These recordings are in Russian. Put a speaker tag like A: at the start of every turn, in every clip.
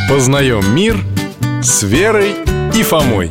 A: Познаем мир с Верой и Фомой.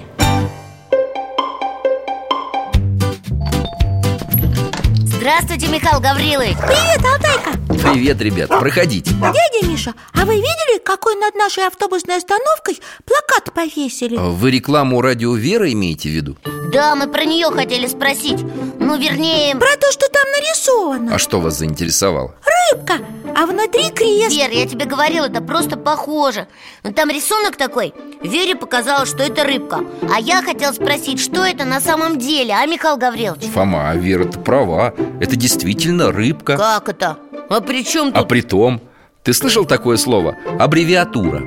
B: Здравствуйте, Михаил Гаврилович.
C: Привет, Алтайка.
D: Привет, ребят, проходите.
C: Дядя Миша, а вы видели, какой над нашей автобусной остановкой плакат повесили?
D: Вы рекламу радио Вера имеете в виду?
B: Да, мы про нее хотели спросить. Ну, вернее...
C: Про то, что там нарисовано.
D: А что вас заинтересовало?
C: Рыбка, а внутри крест.
B: Вер, я тебе говорила, это просто похоже. Но там рисунок такой. Вере показалось, что это рыбка. А я хотел спросить, что это на самом деле, а, Михаил Гаврилович?
D: Фома, Вера-то права. Это действительно рыбка.
B: Как это? А при чем тут?
D: А притом, ты слышал такое слово? Аббревиатура.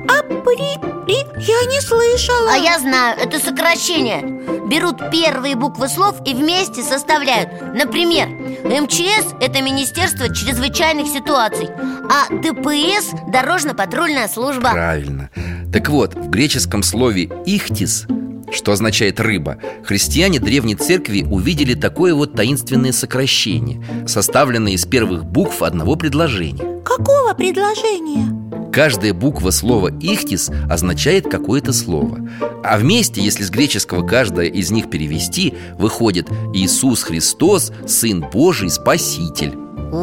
C: Я не слышала.
B: А я знаю, это сокращение. Берут первые буквы слов и вместе составляют. Например, МЧС – это Министерство чрезвычайных ситуаций, а ДПС – Дорожно-патрульная служба.
D: Правильно. Так вот, в греческом слове «ихтис», что означает «рыба», христиане Древней Церкви увидели такое вот таинственное сокращение, составленное из первых букв одного предложения.
C: Какого предложения?
D: Каждая буква слова «ихтис» означает какое-то слово. А вместе, если с греческого каждое из них перевести, выходит «Иисус Христос, Сын Божий, Спаситель».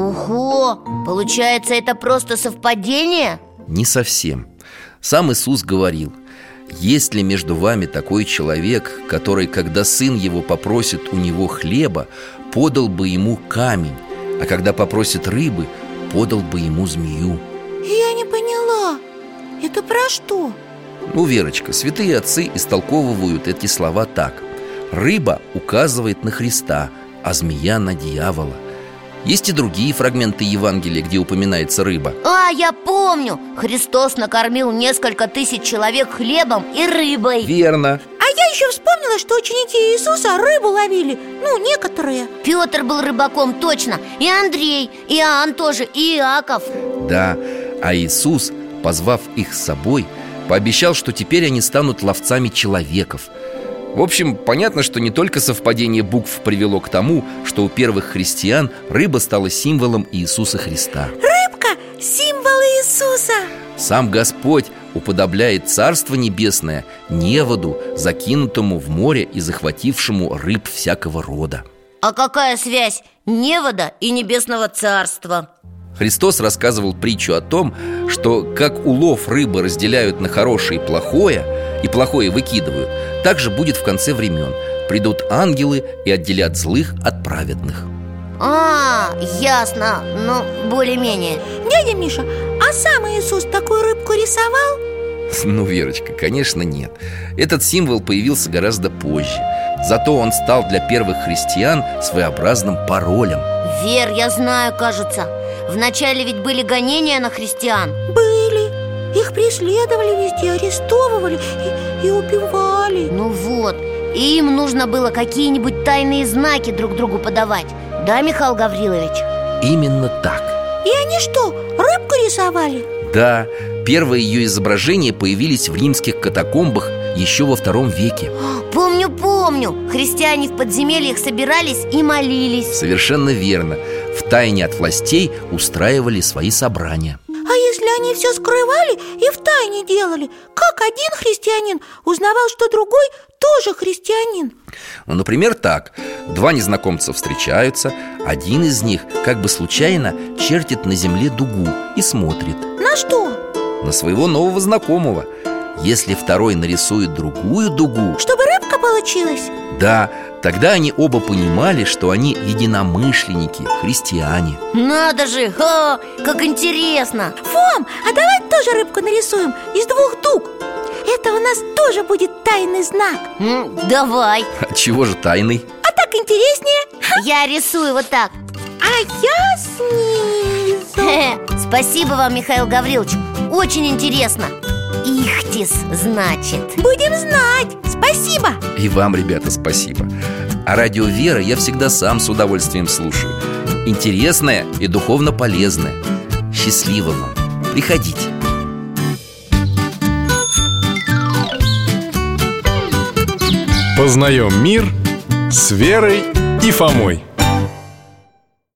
B: Ого! Получается, это просто совпадение?
D: Не совсем. Сам Иисус говорил: «Есть ли между вами такой человек, который, когда сын его попросит у него хлеба, подал бы ему камень, а когда попросит рыбы, подал бы ему змею?»
C: Я не поняла. Это про что?
D: Ну, Верочка, святые отцы истолковывают эти слова так: рыба указывает на Христа, а змея на дьявола. Есть и другие фрагменты Евангелия, где упоминается рыба.
B: А, я помню! Христос накормил несколько тысяч человек хлебом и рыбой.
D: Верно.
C: А я еще вспомнила, что ученики Иисуса рыбу ловили. Ну, некоторые.
B: Петр был рыбаком, точно. И Андрей, и Иоанн тоже, и Иаков.
D: Да, а Иисус, позвав их с собой, пообещал, что теперь они станут ловцами человеков. В общем, понятно, что не только совпадение букв привело к тому, что у первых христиан рыба стала символом Иисуса Христа.
C: Рыбка – символ Иисуса.
D: Сам Господь уподобляет Царство Небесное неводу, закинутому в море и захватившему рыб всякого рода.
B: А какая связь невода и небесного царства?
D: Христос рассказывал притчу о том, что как улов рыбы разделяют на хорошее и плохое выкидывают, так же будет в конце времен. Придут ангелы и отделят злых от праведных.
B: А, ясно, но более-менее.
C: Дядя Миша, а сам Иисус такую рыбку рисовал?
D: Ну, Верочка, конечно, нет. Этот символ появился гораздо позже. Зато он стал для первых христиан своеобразным паролем.
B: Вер, я знаю, кажется. Вначале ведь были гонения на христиан.
C: Были. Их преследовали везде, арестовывали и убивали.
B: Ну вот, и им нужно было какие-нибудь тайные знаки друг другу подавать. Да, Михаил Гаврилович?
D: Именно так.
C: И они что, рыбку рисовали?
D: Да, первые ее изображения появились в римских катакомбах еще во II веке.
B: Помню. Христиане в подземельях собирались и молились.
D: Совершенно верно. Втайне от властей устраивали свои собрания.
C: А если они все скрывали и втайне делали, как один христианин узнавал, что другой тоже христианин?
D: Ну, например, так. Два незнакомца встречаются. Один из них как бы случайно чертит на земле дугу и смотрит.
C: На что?
D: На своего нового знакомого. Если второй нарисует другую дугу,
C: чтобы рыбка получилась?
D: Да, тогда они оба понимали, что они единомышленники, христиане.
B: Надо же, как интересно.
C: Фом, а давай тоже рыбку нарисуем из двух дуг. Это у нас тоже будет тайный знак.
B: Давай.
D: А чего же тайный?
C: А так интереснее.
B: Я рисую вот так.
C: А я снизу.
B: Спасибо вам, Михаил Гаврилович. Очень интересно. Ихтис, значит.
C: Будем знать. Спасибо.
D: И вам, ребята, спасибо. А радио Вера я всегда сам с удовольствием слушаю. Интересное и духовно полезное. Счастливо вам. Приходите.
A: Познаем мир с Верой и Фомой.